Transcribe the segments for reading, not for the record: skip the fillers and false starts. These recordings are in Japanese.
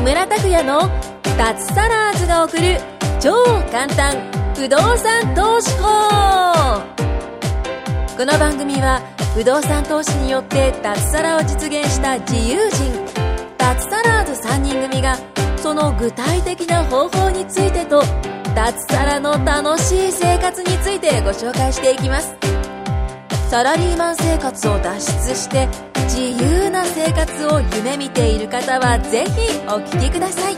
村拓哉の脱サラーズが送る超簡単不動産投資法。この番組は不動産投資によって脱サラを実現した自由人脱サラーズ3人組がその具体的な方法についてと脱サラの楽しい生活についてご紹介していきます。サラリーマン生活を脱出して自由な生活を夢見ている方はぜひお聞きください。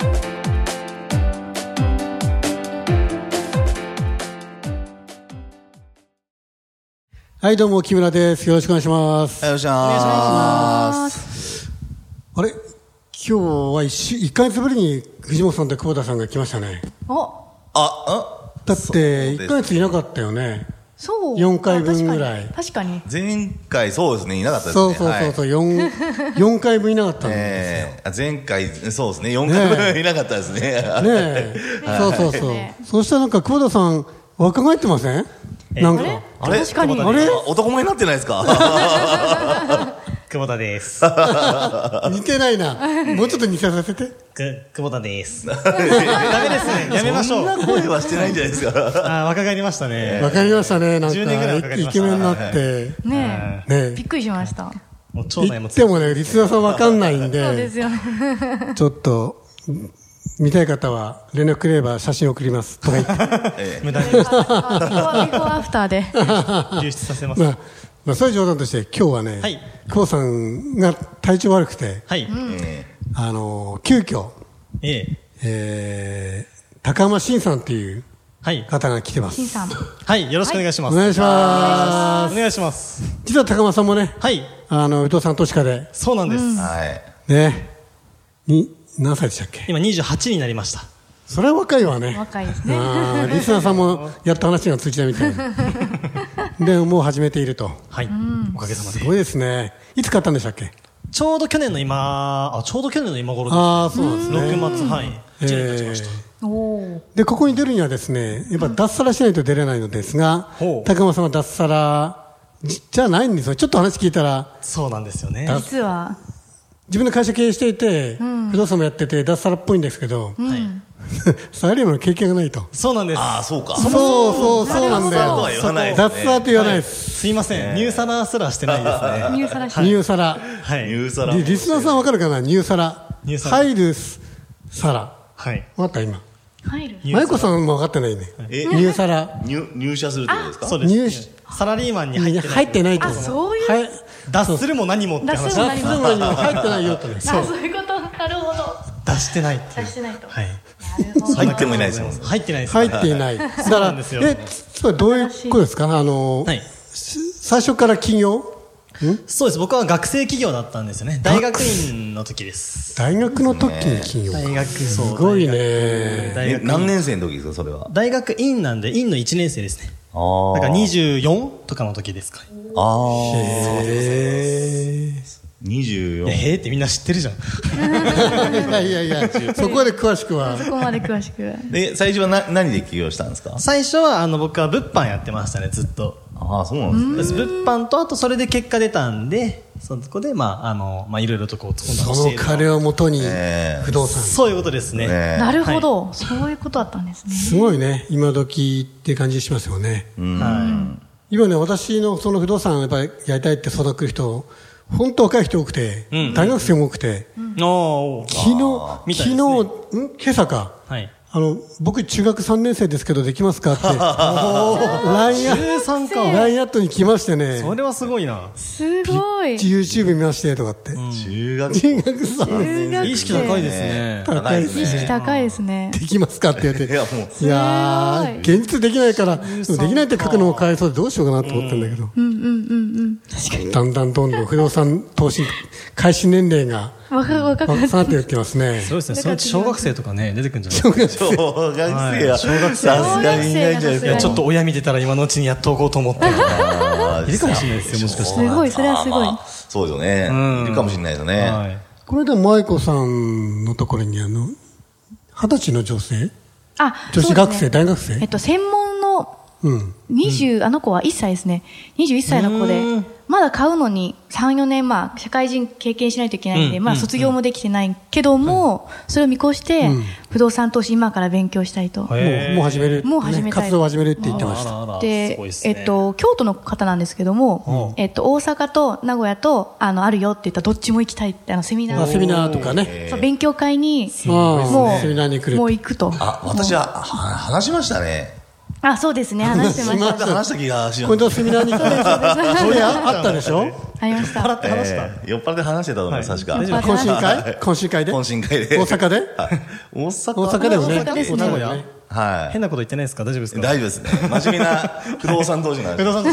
はい、どうも木村です。よろしくお願いします。 はい、よろしくお願いします。 あれ、今日は1ヶ月ぶりに藤本さんと久保田さんが来ましたね。だって1ヶ月いなかったよね。 そう。 4回分ぐらい。 確かに。 前回そうですね、いなかったですね。 そう、4回分いなかったんですよ。 前回そうですね、4回分いなかったですね。 そう。そしたらなんか久保田さん若返ってません？なんかあれ確かに。 あれ男前になってないですか？ 久保田です。 似てないな。もうちょっと似せさせて。 久保田です。ダメですね。やめましょう。 そんな声はしてないんじゃないですか。 若返りましたね。 わかりましたね。なんか 10年ぐらい若返りましたイケメンになってねね。 びっくりしました。 もう腸内も言ってもね、リスナーさんわかんないんで。 そうですよね。 ちょっと見たい方は連絡くれれば写真送りますとか言って無駄にビフォーアフターで流出させます。 まあそういう冗談として今日はね、久保さんが体調悪くて、急遽、高浜慎さんっていう方が来てます。 慎さん。 はい、よろしくお願いします。 お願いします。 お願いします。 実は高浜さんもね、不動産投資家で、 そうなんです。 ね、何歳でしたっけ？ 今28になりました。 それは若いわね。 若いですね。 リスナーさんもやっと話が通じたみたいでもう始めていると。 はい、おかげさまで。 すごいですね。いつ買ったんでしたっけ？ ちょうど去年の今頃です。 そうなんですね。 6月、1年経ちました。 でここに出るにはですね、やっぱ脱サラしないと出れないのですが、高浜さんは脱サラじゃないんですよ。ちょっと話聞いたら、 そうなんですよね。 実は自分の会社経営していて、不動産もやってて脱サラっぽいんですけど、サラリーマンの経験がないと。 そうなんです。 そうか。 そうなんだよ。脱サラと言わないです。 すいません、ニューサラすらしてないですね。 ニューサラ。リスナーさんわかるかな？ニューサラ。入るサラ。わかった今。マイコさんも分かってないね。ニューサラ。 入社するってことですか？ そうです。サラリーマンに入ってないってこと。 そういう。 脱するも何もって話。 脱するも何も入ってないよってね。 そういうこと。なるほど。 出してないっていう。 出してないと。 入ってもいないですもん。 入ってないです。 入っていない。だからつまりどういうことですか？最初から起業？ そうです。僕は学生企業だったんですよね。大学院の時です。 大学の時に起業。 大学、 すごいね。 何年生の時ですか、それは？ 大学院なんで、院の1年生ですね。だから24とかの時ですか。 24。 へーってみんな知ってるじゃん。 いや、そこまで詳しくは。 最初は何で起業したんですか？ 最初は僕は物販やってましたね、ずっと。 そうなんですね。 物販とあとそれで結果出たんで、そこでいろいろとこうその金をもとに不動産。 そういうことですね。 なるほど、そういうことだったんですね。 すごいね、今時って感じしますよね。今ね、私のその不動産やっぱりやりたいって相談来る人、本当若い人多くて、大学生も多くて、今朝か。僕中学3年生ですけどできますかって LINE アットに来ましてね。 それはすごいな。 すごい。 YouTube 見ましてとかって。 中学 3年生。意識高いですね。 意識高いですね。 できますかって言って。いやー、現実できないから、できないって書くのもかわいそうでどうしようかなと思ったんだけど。確かに。だんだんどんどん不動産投資開始年齢が若くなってきますね。 そうですね。そのうち小学生とかね出てくるんじゃないですか。 小学生はさすがにいないんじゃないですか。 ちょっと親見てたら今のうちにやっておこうと思っているかもしれないですよ、もしかして。 すごい、それはすごい。 そうですよね。いるかもしれないですね。 これで舞子さんのところに20歳の女性、女子学生、大学生、 専門のあの子は1歳ですね。21歳の子でまだ買うのに3、4年、社会人経験しないといけないんで、卒業もできてないけども、それを見越して、不動産投資今から勉強したいと。 もう始める。 もう始めたい。 活動を始めるって言ってました。 で、京都の方なんですけども、大阪と名古屋と、あるよって言ったらどっちも行きたいって、セミナー。 セミナーとかね。 勉強会に、 もう、セミナーに来る。 もう行くと。 私は話しましたね。 そうですね、話してました。 話した気がします。 今度セミナーに来る。それあったでしょ？ ありました。 酔っ払って話してたと思います、確か。 懇親会で懇親会で。 大阪で大阪だよね。 名古屋はい。 変なこと言ってないですか？大丈夫ですか？ 大丈夫ですね。真面目な不動産投資なんです。不動産投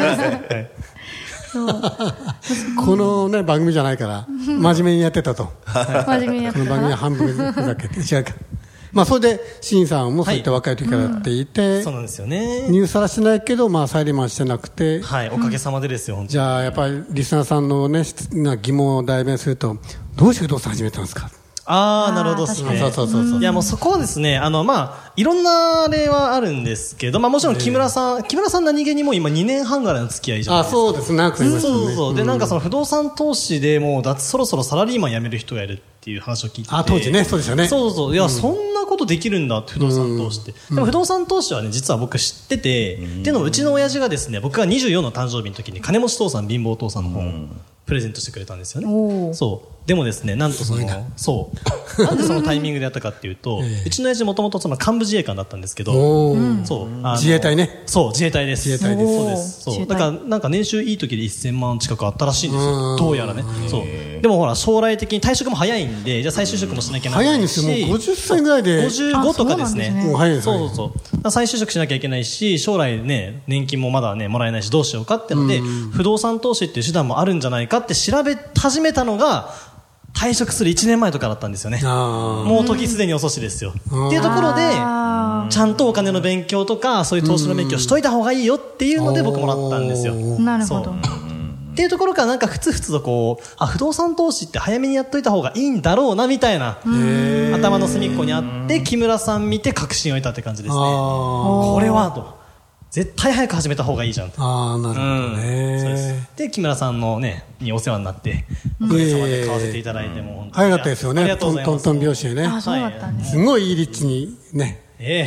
資。このね、番組じゃないから、真面目にやってたと。 真面目にやってた。 この番組は半分ふざけて、違うか。それで、シンさんもそういった若い時からやっていて、 そうなんですよね。 入社はしてないけど、サイリーマンしてなくて。 はい、おかげさまでですよ、本当に。 じゃあ、やっぱりリスナーさんのね、疑問を代弁すると、どうして不動産始めたんですか？ なるほどですね。 そう。 いや、もうそこはですね、いろんな例はあるんですけど、もちろん木村さん何気にもう今2年半ぐらいの付き合いじゃないですか。 そうですね、長く言いましたね。 そう。で、その不動産投資でもう、そろそろサラリーマン辞める人がいるっていう話を聞いてて。 当時ね、そうですよね。 そう。いや、そんなことできるんだって、不動産投資って。でも不動産投資はね、実は僕知ってて、っていうのもうちの親父がですね、僕が24の誕生日の時に金持ち父さん貧乏父さんの本をプレゼントしてくれたんですよね。そう。でもですね、なんでそのタイミングでやったかっていうと、うちの親父もともと幹部自衛官だったんですけど、 自衛隊ね。 そう、自衛隊です。 自衛隊です。 そうです。そう。だから年収いい時で1000万近くあったらしいんですよ。どうやらね。そう。でもほら、将来的に退職も早いんで、じゃあ再就職もしなきゃならないし。 早いんですよ。もう50歳ぐらいで。 55とかですね。 もう早いです。 そう。再就職しなきゃいけないし、将来ね、年金もまだね、もらえないし、どうしようかってので、不動産投資っていう手段もあるんじゃないかって調べ始めたのが、退職する1年前とかだったんですよね。もう時すでに遅しですよ。っていうところで、ちゃんとお金の勉強とか、そういう投資の勉強しといた方がいいよっていうので僕もらったんですよ。 なるほど。 っていうところからふつふつと不動産投資って早めにやっといた方がいいんだろうなみたいな頭の隅っこにあって、木村さん見て確信を得たって感じですね。これはと。絶対早く始めた方がいいじゃんと。 なるほどね。 そうです。で、木村さんのね、にお世話になって、おかげさまで買わせていただいても、 早かったですよね。トントントン拍子でね。 そうだったんです。 すごいいい立地にね。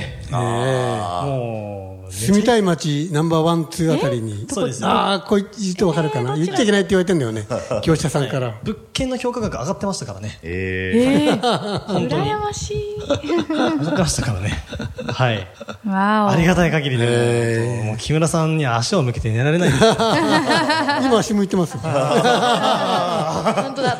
もう、住みたい街ナンバー1、2あたりに。 そうです。 こいつとわかるかな。言っちゃいけないって言われてんだよね。業者さんから。 物件の評価額上がってましたからね。 本当に。羨ましい。 上がってましたからね。はい。ありがたい限りでもう木村さんに足を向けて寝られないです。 今足向いてます。 本当だ。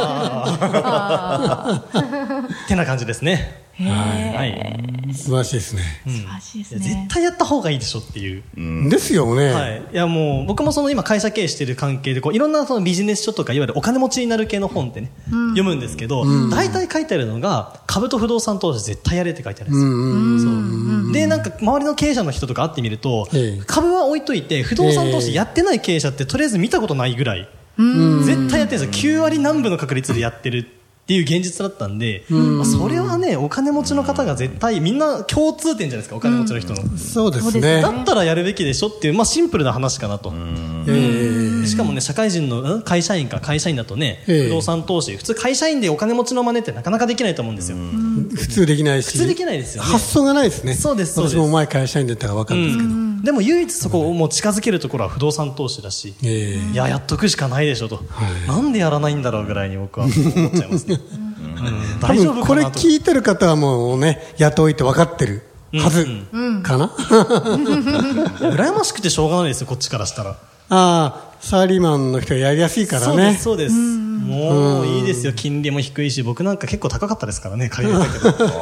ってな感じですね。 はい。素晴らしいですね。 素晴らしいですね。 絶対やった方がいいでしょっていう。 ですよね。 はい。いやもう僕も今会社経営してる関係でいろんなビジネス書とかいわゆるお金持ちになる系の本ってね読むんですけど、大体書いてあるのが株と不動産投資絶対やれって書いてあるんですよ。そう。で周りの経営者の人とか会ってみると、株は置いといて不動産投資やってない経営者ってとりあえず見たことないぐらい絶対やってるんですよ。9割何分の確率でやってるっていう現実だったんで、それはね、お金持ちの方が絶対みんな共通点じゃないですか、お金持ちの人の。 そうですね。 だったらやるべきでしょっていう、シンプルな話かなと。しかもね、社会人の会社員だとね、不動産投資、普通会社員でお金持ちの真似ってなかなかできないと思うんですよ。 普通できないし。 普通できないですよね。 発想がないですね。 そうです、そうです。 私も前会社員だったから分かるんですけど。 でも唯一そこをもう近づけるところは不動産投資だし、いや、やっとくしかないでしょと。なんでやらないんだろうぐらいに僕は思っちゃいますね。 多分これ聞いてる方はもうね、雇いって分かってるはずかな。 羨ましくてしょうがないですよ、こっちからしたら。 サラリーマンの人がやりやすいからね。 そうです。もういいですよ、金利も低いし、僕なんか結構高かったですからね、借りれたけど。そう。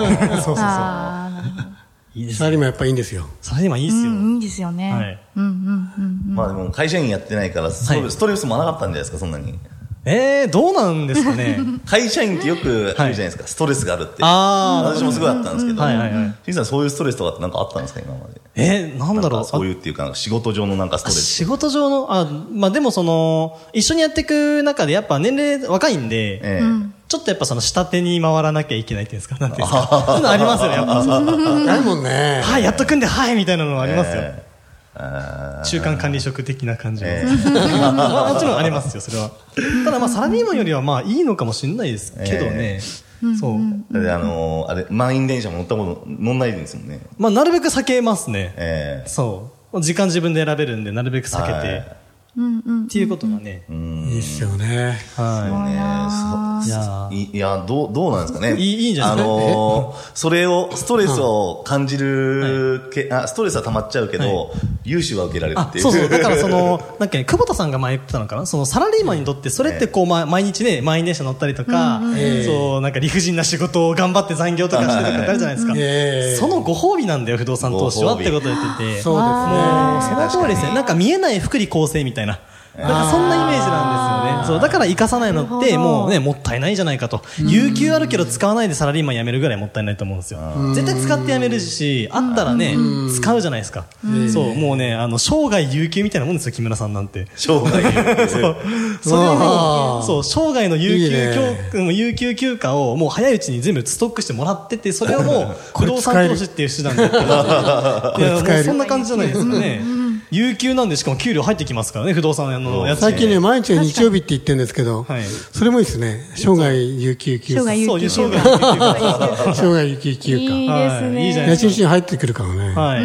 いいです。 サラリーマンやっぱいいんですよ。 サラリーマンいいですよ。 いいですよね。はい。 でも会社員やってないからストレスもなかったんじゃないですか、そんなに。 どうなんですかね。 会社員ってよく言うじゃないですか、ストレスがあるって。私もすごいあったんですけど、新さんそういうストレスとかって何かあったんですか、今まで。 なんだろう。 そういうっていうか、仕事上のストレス。 仕事上の、でも一緒にやっていく中でやっぱ年齢若いんで、ちょっとやっぱ下手に回らなきゃいけないっていうんですか、なんていうんですか。そういうのありますよね、やっぱ。 ないもんね。 はい、やっとくんで、はい、みたいなのありますよ。 中間管理職的な感じも、もちろんありますよ、それは。ただサラリーマンよりはいいのかもしれないですけどね。そう。 あれ、満員電車も乗んないですもんね。 なるべく避けますね。そう。時間自分で選べるんで、なるべく避けて。っていうことがね。 いいっすよね。 いや、どうなんですかね。 いいんじゃないですか。 それを、ストレスを感じる、ストレスは溜まっちゃうけど、融資は受けられるっていう。 そうそう。だから久保田さんが前言ってたのかな、サラリーマンにとって、それって毎日ね、満員電車乗ったりとか、理不尽な仕事を頑張って残業とかしてる方あるじゃないですか。そのご褒美なんだよ、不動産投資はってことを言ってて。 そうですね。 その通りですね。見えない福利厚生みたいな。だからそんなイメージなんですよね。そうだから生かさないのってもうね、もったいないじゃないかと。有給あるけど使わないでサラリーマン辞めるぐらいもったいないと思うんですよ。絶対使って辞めるし、あったらね、使うじゃないですか。そうもうね、生涯有給みたいなもんですよ、木村さんなんて。 生涯有給。 それをもう、そう生涯の有給休暇をもう早いうちに全部ストックしてもらってて、それをもう不動産投資っていう手段でやってる。いやもうそんな感じじゃないですかね。有給なんで、しかも給料入ってきますからね、不動産のやつ。 最近ね、毎日日曜日って言ってるんですけど、それもいいですね。生涯有給休暇。 生涯有給休暇。 生涯有給休暇。 いいですね。 いいじゃないですか。 家賃に入ってくるからね。 はい。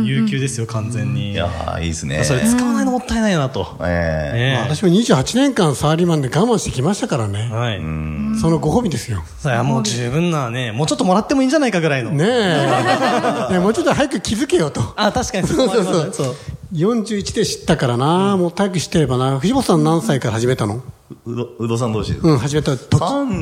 有給ですよ、完全に。 いやいいですね。 それ使わないのもったいないなと。 私も28年間サラリーマンで我慢してきましたからね。 はい。 そのご褒美ですよ。 もう十分なね、もうちょっともらってもいいんじゃないかぐらいの。 ねえ。もうちょっと早く気づけよと。 確かにそう。 41で知ったからな、もっと早く知ってればな。藤本さん何歳から始めたの？ 不動産投資。 始めた時。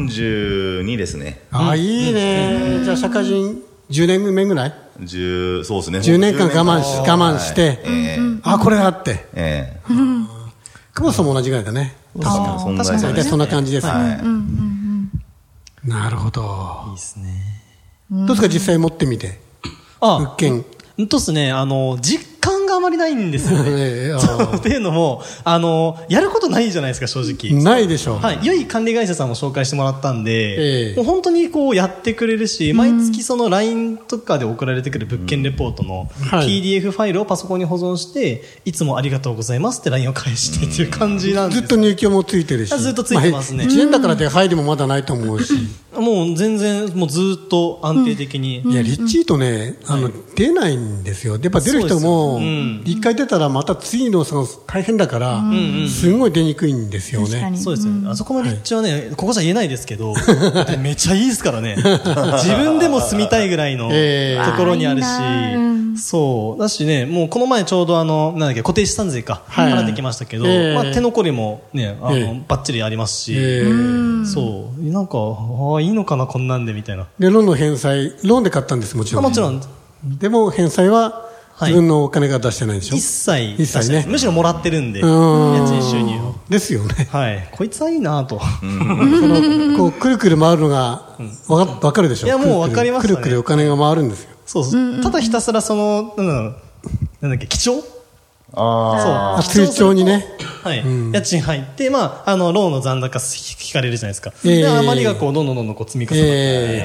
32ですね。 いいね。じゃあ社会人10年目ぐらい？ そうですね。 10年間我慢して、これだって。久保さんも同じぐらいだね。 確かに大体そんな感じですね。なるほど。 いいですね。 どうですか、実際持ってみて。物件。 ですね、実感があまりないんですよね。っていうのも、やることないじゃないですか、正直。 ないでしょう。 はい。良い管理会社さんも紹介してもらったんで、もう本当にやってくれるし、毎月LINE とかで送られてくる物件レポートの PDF ファイルをパソコンに保存して、いつもありがとうございますって LINE を返してっていう感じなんです。 ずっと入居もついてるし。 ずっとついてますね。 1年だから出入りもまだないと思うし。 もう全然、もうずっと安定的に。 いや、リッチーとね、出ないんですよ。やっぱ出る人も、一回出たらまた次の大変だから、すごい出にくいんですよね。 そうですよね。あそこの立地はね、ここじゃ言えないですけど、めっちゃいいですからね。自分でも住みたいぐらいのところにあるし、そうだしね、もうこの前ちょうど固定資産税か払ってきましたけど、手残りもね、バッチリありますし、そう、なんかいいのかなこんなんでみたいな。 でローンの返済、ローンで買ったんです、もちろん。 もちろん。 でも返済は自分のお金が出してないでしょ。 一切ね。むしろもらってるんで、家賃収入を。 ですよね。 はい。こいつはいいなと。 くるくる回るのがわかるでしょ。 いや、もうわかりますね。 くるくるお金が回るんですよ。 そうただひたすらなんだっけ、記帳？ そう。通帳にね。 はい。家賃入って、ローンの残高引かれるじゃないですか。で、余りがどんどん積み重なって。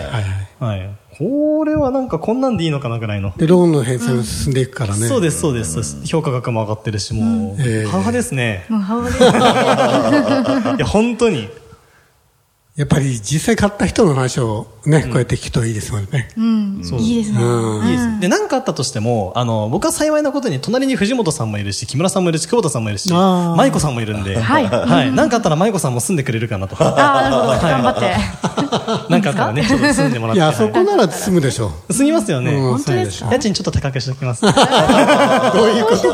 はい。これはなんかこんなんでいいのかなぐらいの。 で、ローンの返済も進んでいくからね。 そうです。評価額も上がってるし、もう、半々ですね。 半々ですね。 いや、本当に。 やっぱり実際買った人の話をね、こうやって聞くといいですよね。 いいですね。 いいです。で、何かあったとしても、僕は幸いなことに、隣に藤本さんもいるし、木村さんもいるし、久保田さんもいるし、舞子さんもいるんで、はい。何かあったら舞子さんも住んでくれるかなと。 なるほど。頑張って。 何かあったらね、ちょっと住んでもらって。 いや、そこなら住むでしょう。住みますよね。 本当ですか？ 家賃ちょっと高くしておきます。どういうこと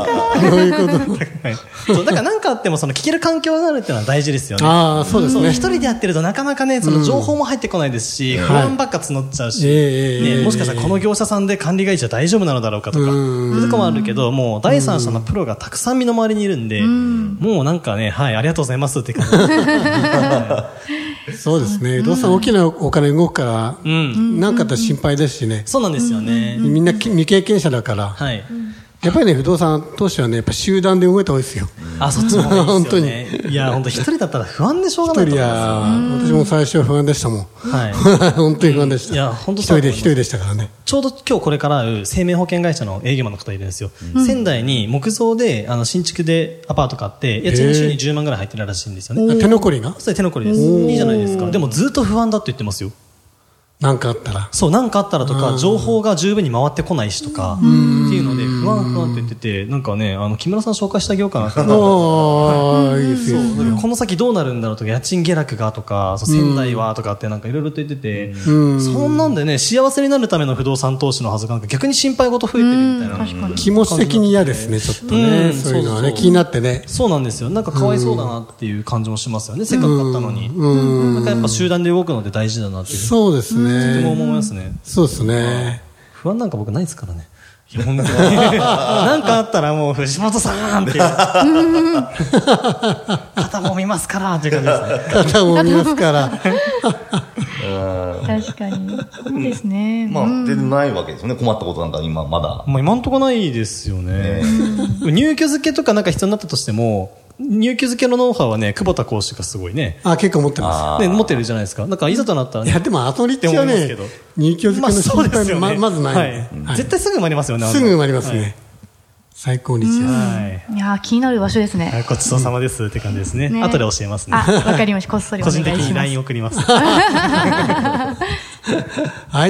そう、だから何かあっても、聞ける環境があるっていうのは大事ですよね。 そうですね。 一人でやってるとなかなかね、情報も入ってこないですし、不安ばっか募っちゃうし、もしかしたらこの業者さんで管理会社大丈夫なのだろうかとか、そういうとこもあるけど、もう第三者のプロがたくさん身の回りにいるんで、もうなんかね、はい、ありがとうございますって感じ。そうですね。どうせ大きなお金動くから、なんかあったら心配ですしね。 そうなんですよね。 みんな未経験者だから。 はい。 やっぱりね、不動産投資はね、やっぱ集団で動いた方がいいですよ。 そっちの方がいいですよね。本当に。いや、本当一人だったら不安でしょうがないと思います。 私も最初は不安でしたもん。はい。本当に不安でした。いや、本当一人でしたからね。 ちょうど今日これから会う生命保険会社の営業マンの方いるんですよ。仙台に木造で、新築でアパート買って、家賃収入10万ぐらい入ってるらしいんですよね。 手残りが？ そう、手残りです。いいじゃないですか。でもずっと不安だって言ってますよ。 なんかあったらそう、なんかあったらとか、情報が十分に回ってこないしとか、っていうので、不安って言ってて、なんかね、木村さん紹介してあげようかなと。いいですよ。この先どうなるんだろうとか、家賃下落がとか、仙台はとかってなんかいろいろと言ってて、そんなんでね、幸せになるための不動産投資のはずが、逆に心配事増えてるみたいな。 気持ち的に嫌ですね、ちょっとね。そういうのはね、気になってね。 そうなんですよ。なんかかわいそうだなっていう感じもしますよね、せっかく買ったのに。なんかやっぱ集団で動くので大事だなっていう。 そうですね。 とても思いますね。 そうですね。 不安なんか僕ないですからね。いや、本当に。なんかあったらもう藤本さんって。肩もみますからっていう感じですね。 肩もみますから。 確かに。そうですね。 まあ、全然ないわけですよね。困ったことなんか今まだ。 今んとこないですよね。入居付けとかなんか必要になったとしても、入居付けのノウハウはね、久保田講師がすごいね。 結構持ってます。 ね、持ってるじゃないですか。なんかいざとなったらね。 いや、でも後立地はね、入居付けの心配もまずない。 絶対すぐ埋まりますよね。 すぐ埋まりますね。最高立地です。 いや、気になる場所ですね。 ごちそうさまですって感じですね。後で教えますね。 わかりました。こっそりお願いします。 個人的に LINE 送ります。 はい。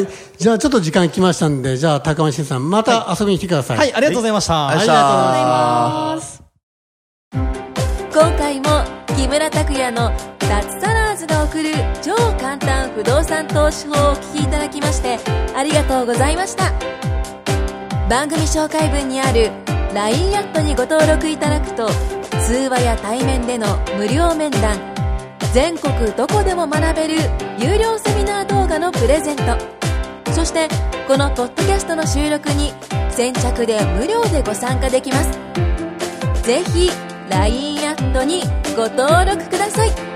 じゃあちょっと時間来ましたんで、じゃあ高松さん、また遊びに来てください。 はい、ありがとうございました。 ありがとうございます。 今回も木村拓哉の脱サラーズが送る超簡単不動産投資法をお聞きいただきましてありがとうございました。番組紹介文にある LINE アットにご登録いただくと通話や対面での無料面談、全国どこでも学べる有料セミナー動画のプレゼント、そしてこのポッドキャストの収録に先着で無料でご参加できます。ぜひ LINE アットにご登録ください。